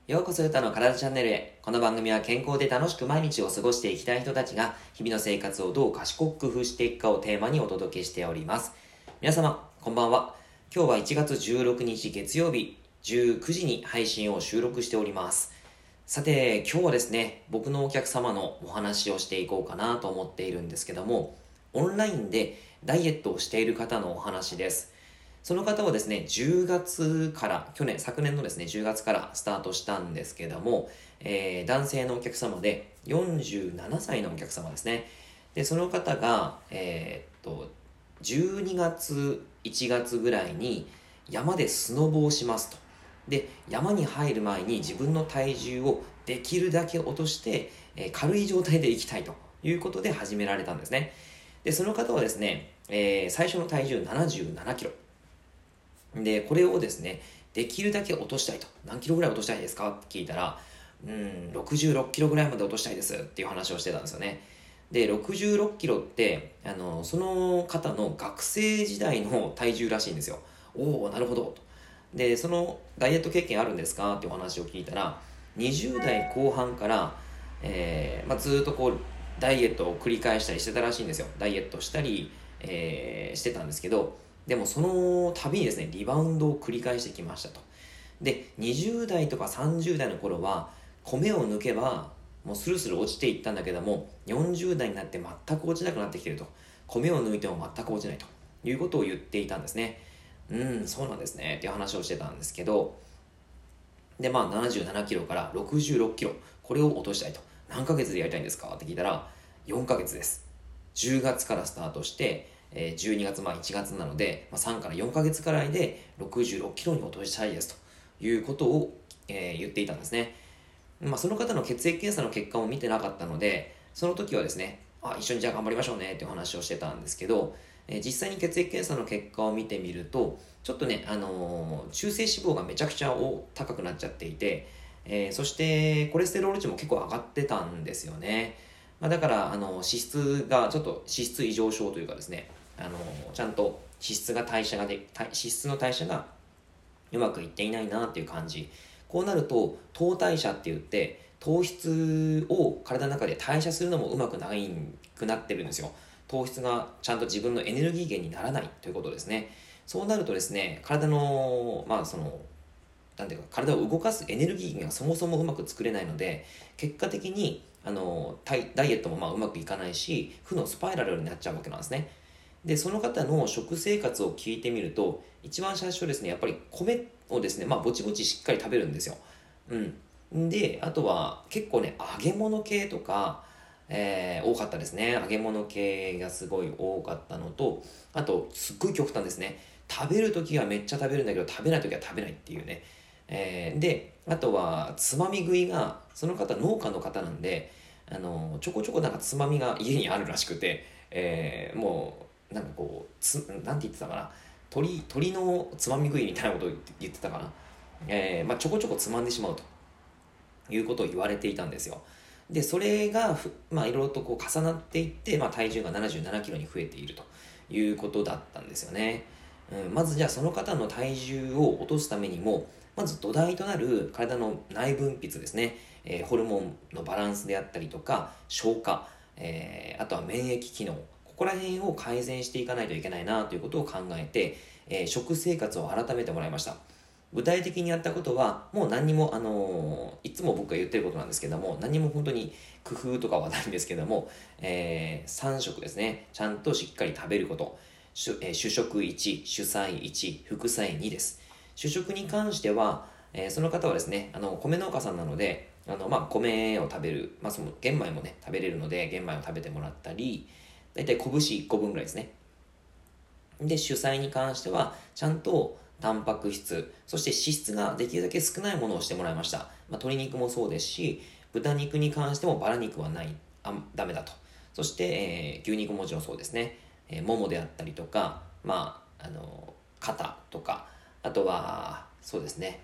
ようこそゆたの体チャンネルへ。この番組は健康で楽しく毎日を過ごしていきたい人たちが日々の生活をどう賢く工夫していくかをテーマにお届けしております。皆様、こんばんは。今日は1月16日月曜日19時に配信を収録しております。さて、今日はですね、僕のお客様のお話をしていこうかなと思っているんですけども、オンラインでダイエットをしている方のお話です。その方はですね、10月から、昨年のですね、10月からスタートしたんですけども、男性のお客様で47歳のお客様ですね。で、その方が、12月、1月ぐらいに山でスノボをしますと。で、山に入る前に自分の体重をできるだけ落として、軽い状態で行きたいということで始められたんですね。で、その方はですね、最初の体重77キロ。で、これをですね、できるだけ落としたいと。何キロぐらい落としたいですかって聞いたら、66キロぐらいまで落としたいですっていう話をしてたんですよね。で、66キロって、その方の学生時代の体重らしいんですよ。おお、なるほどと。で、そのダイエット経験あるんですかってお話を聞いたら、20代後半から、ずーっとこう、ダイエットを繰り返したりしてたらしいんですよ。ダイエットしたり、してたんですけど、でもその度にですね、リバウンドを繰り返してきましたと。で、20代とか30代の頃は、米を抜けば、もうスルスル落ちていったんだけども、40代になって全く落ちなくなってきていると。米を抜いても全く落ちないということを言っていたんですね。そうなんですねっていう話をしてたんですけど、で、77キロから66キロ、これを落としたいと。何ヶ月でやりたいんですかって聞いたら、4ヶ月です。10月からスタートして、12月、1月なので、3から4ヶ月くらいで66キロに落としたいですということを、言っていたんですね。その方の血液検査の結果を見てなかったので、その時はですね、一緒にじゃあ頑張りましょうねっていう話をしてたんですけど、実際に血液検査の結果を見てみると、ちょっとね、中性脂肪がめちゃくちゃ高くなっちゃっていて、そしてコレステロール値も結構上がってたんですよね。だから脂質がちょっと脂質異常症というかですね、ちゃんと脂質の代謝がうまくいっていないなっていう感じ。こうなると糖代謝って言って糖質を体の中で代謝するのもうまくないくなってるんですよ。糖質がちゃんと自分のエネルギー源にならないということですね。そうなるとですね、体のなんていうか体を動かすエネルギー源がそもそもうまく作れないので、結果的にダイエットもうまくいかないし、負のスパイラルになっちゃうわけなんですね。で、その方の食生活を聞いてみると、一番最初ですね、やっぱり米をですね、ぼちぼちしっかり食べるんですよ。で、あとは結構ね、揚げ物系とか、多かったですね。揚げ物系がすごい多かったのと、あと、すっごい極端ですね。食べるときはめっちゃ食べるんだけど、食べないときは食べないっていうね。で、あとは、つまみ食いが、その方農家の方なんで、ちょこちょこなんかつまみが家にあるらしくて、もう、なんかこう、なんて言ってたかな。鳥のつまみ食いみたいなことを言ってたかな。ちょこちょこつまんでしまうということを言われていたんですよ。で、それがいろいろとこう重なっていって、体重が77キロに増えているということだったんですよね。まずじゃあその方の体重を落とすためにも、まず土台となる体の内分泌ですね、ホルモンのバランスであったりとか、消化、あとは免疫機能、ここら辺を改善していかないといけないなということを考えて、食生活を改めてもらいました。具体的にやったことは、もう何にも、いつも僕が言ってることなんですけども、何も本当に工夫とかはないんですけども、3食ですね、ちゃんとしっかり食べること。主食1、主菜1、副菜2です。主食に関しては、その方はですね、米農家さんなので、米を食べる、その玄米もね、食べれるので、玄米を食べてもらったり、だいたい拳1個分ぐらいですね。で、主菜に関しては、ちゃんとタンパク質、そして脂質ができるだけ少ないものをしてもらいました。鶏肉もそうですし、豚肉に関してもバラ肉はダメだと。そして、牛肉もちろんそうですね。ももであったりとか、肩とか、あとは、そうですね、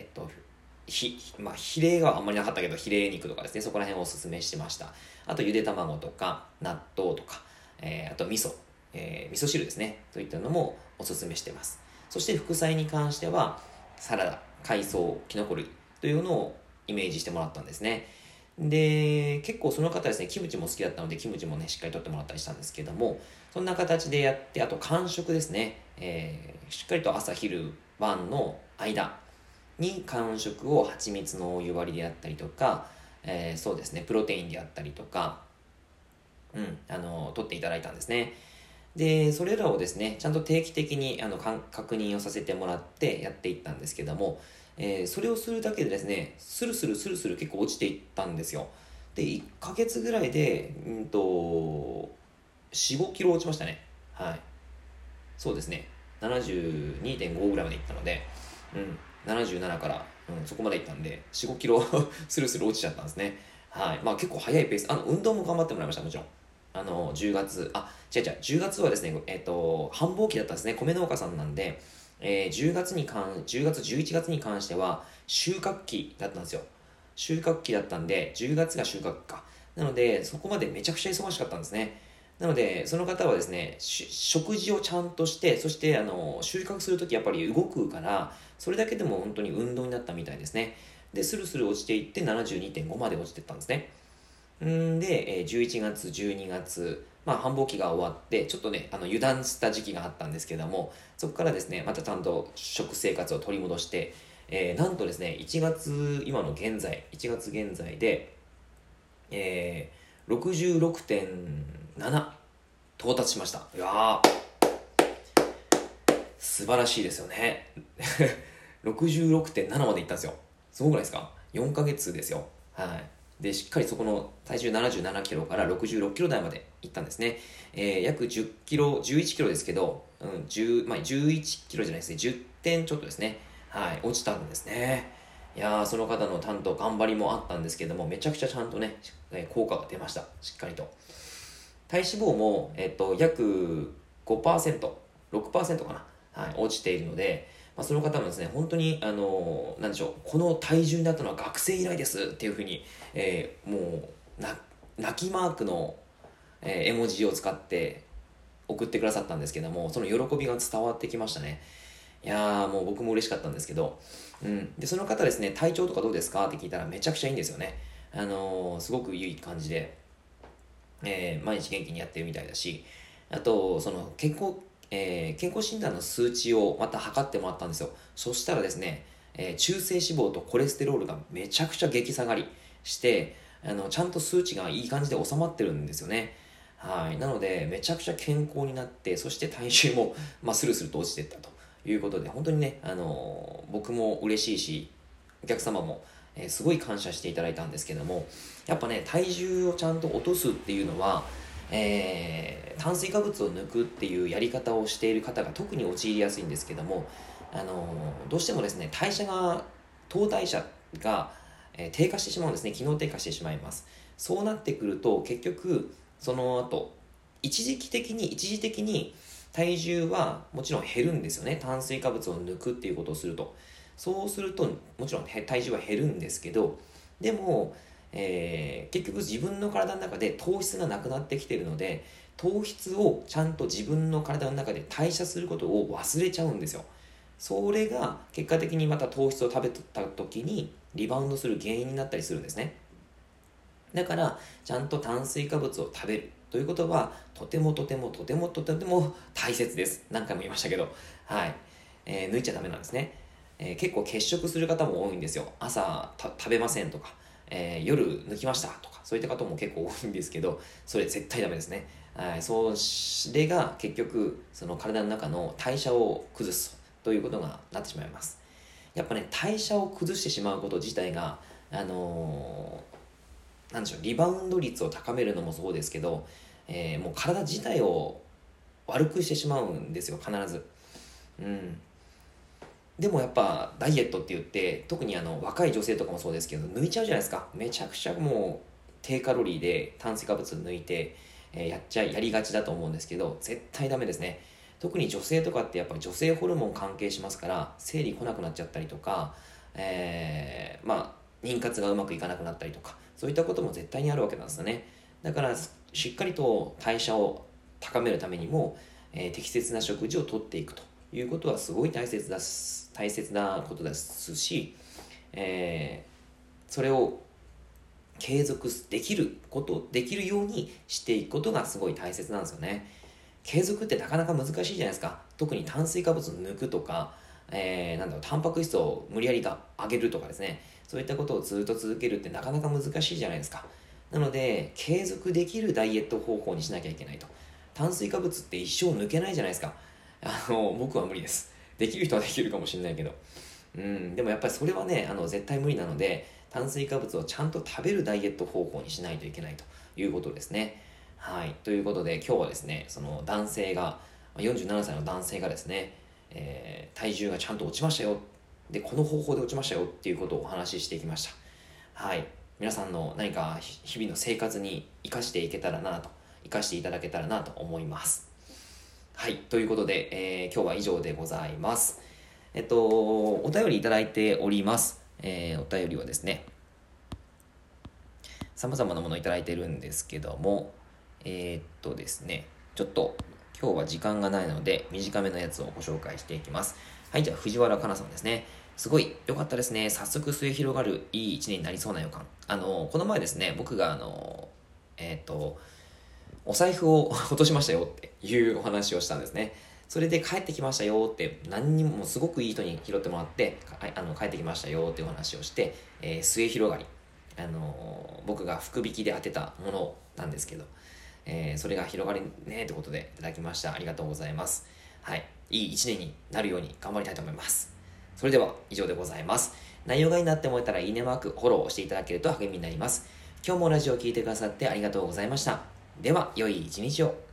ヒレがあんまりなかったけど、ヒレ肉とかですね、そこら辺をおすすめしてました。あと、ゆで卵とか、納豆とか、あと味噌、味噌汁ですね、といったのもおすすめしてます。そして副菜に関しては、サラダ、海藻、キノコ類というのをイメージしてもらったんですね。で、結構その方ですね、キムチも好きだったので、キムチもね、しっかりとってもらったりしたんですけども、そんな形でやって、あと間食ですね、しっかりと朝昼晩の間に間食を蜂蜜のお湯割りであったりとか、そうですね、プロテインであったりとか、取っていただいたんですね。で、それらをですね、ちゃんと定期的に確認をさせてもらってやっていったんですけども、それをするだけでですね、スルスルスルスル結構落ちていったんですよ。で、1ヶ月ぐらいで、4、5キロ落ちましたね。はい。そうですね。72.5ぐらいまでいったので、77から、そこまでいったんで、4、5キロスルスル落ちちゃったんですね。はい。まあ結構早いペース。運動も頑張ってもらいました、もちろん。10月、10月はですね、繁忙期だったんですね。米農家さんなんで、10月、11月に関しては収穫期だったんですよ。収穫期だったんで、10月が収穫か。なので、そこまでめちゃくちゃ忙しかったんですね。なので、その方はですね、食事をちゃんとして、そして、収穫するときやっぱり動くから、それだけでも本当に運動になったみたいですね。で、スルスル落ちていって72.5まで落ちていったんですね。で、11月、12月、繁忙期が終わって、ちょっとね、油断した時期があったんですけども、そこからですね、またちゃんと食生活を取り戻して、なんとですね、1月現在で、66.7到達しました。いやー、素晴らしいですよね。66.7までいったんですよ。すごくないですか？ 4 ヶ月ですよ。はい。で、しっかりそこの体重77キロから66キロ台までいったんですね。約10キロ、11キロですけど、11キロじゃないですね。10点ちょっとですね。はい、落ちたんですね。いやー、その方の担当頑張りもあったんですけども、めちゃくちゃちゃんとね、効果が出ました。しっかりと。体脂肪も、約5%、6%かな。はい、落ちているので、その方もですね、本当に、なんでしょう、この体重になったのは学生以来ですっていうふうに、もう、泣きマークの、絵文字を使って送ってくださったんですけども、その喜びが伝わってきましたね。いやー、もう僕も嬉しかったんですけど、で、その方ですね、体調とかどうですかって聞いたらめちゃくちゃいいんですよね。すごくいい感じで、毎日元気にやってるみたいだし、あと、その健康診断の数値をまた測ってもらったんですよ。そしたらですね、中性脂肪とコレステロールがめちゃくちゃ激下がりして、ちゃんと数値がいい感じで収まってるんですよね。はい。なので、めちゃくちゃ健康になって、そして体重も、スルスルと落ちていったということで、本当にね、僕も嬉しいし、お客様も、すごい感謝していただいたんですけども、やっぱね、体重をちゃんと落とすっていうのは、炭水化物を抜くっていうやり方をしている方が特に陥りやすいんですけども、どうしてもですね、糖代謝が、低下してしまうんですね。機能低下してしまいます。そうなってくると、結局、その後、一時的に体重はもちろん減るんですよね。炭水化物を抜くっていうことをすると。そうすると、もちろん体重は減るんですけど、でも、結局自分の体の中で糖質がなくなってきているので、糖質をちゃんと自分の体の中で代謝することを忘れちゃうんですよ。それが結果的にまた糖質を食べた時にリバウンドする原因になったりするんですね。だからちゃんと炭水化物を食べるということはとても大切です。何回も言いましたけど、はい、抜いちゃダメなんですね。結構欠食する方も多いんですよ。朝食べませんとか、夜抜きましたとか、そういった方も結構多いんですけど、それ絶対ダメですね。はい、それが結局その体の中の代謝を崩すということがなってしまいます。やっぱね、代謝を崩してしまうこと自体がなんでしょう、リバウンド率を高めるのもそうですけど、もう体自体を悪くしてしまうんですよ、必ず。でもやっぱダイエットって言って特に若い女性とかもそうですけど抜いちゃうじゃないですか。めちゃくちゃもう低カロリーで炭水化物抜いて、やりがちだと思うんですけど絶対ダメですね。特に女性とかってやっぱり女性ホルモン関係しますから生理来なくなっちゃったりとか、妊活がうまくいかなくなったりとかそういったことも絶対にあるわけなんですよね。だからしっかりと代謝を高めるためにも、適切な食事をとっていくということはすごい大切なことですし、 それを継続できるようにしていくことがすごい大切なんですよね。継続ってなかなか難しいじゃないですか。特に炭水化物を抜くとか、タンパク質を無理やり上げるとかですね、そういったことをずっと続けるってなかなか難しいじゃないですか。なので継続できるダイエット方法にしなきゃいけないと。炭水化物って一生抜けないじゃないですか。僕は無理です。できる人はできるかもしれないけど、でもやっぱりそれはね、絶対無理なので、炭水化物をちゃんと食べるダイエット方法にしないといけないということですね。はい。ということで今日はですね、その男性が、47歳の男性がですね、体重がちゃんと落ちましたよ。で、この方法で落ちましたよっていうことをお話ししてきました。はい。皆さんの何か日々の生活に生かしていただけたらなと思います。はい。ということで、今日は以上でございます。お便りいただいております。お便りはですね、様々なものをいただいてるんですけども、ですね、ちょっと今日は時間がないので短めのやつをご紹介していきます。はい、じゃあ藤原かなさんですね。すごい良かったですね。早速末広がるいい一年になりそうな予感。この前ですね、僕がお財布を落としましたよっていうお話をしたんですね。それで帰ってきましたよって、何にもすごくいい人に拾ってもらって、帰ってきましたよっていうお話をして、末広がり、僕が福引きで当てたものなんですけど、それが広がりねってことでいただきました。ありがとうございます。はい。いい一年になるように頑張りたいと思います。それでは以上でございます。内容がいいなって思えたらいいねマーク、フォローをしていただけると励みになります。今日もラジオを聞いてくださってありがとうございました。では、良い一日を。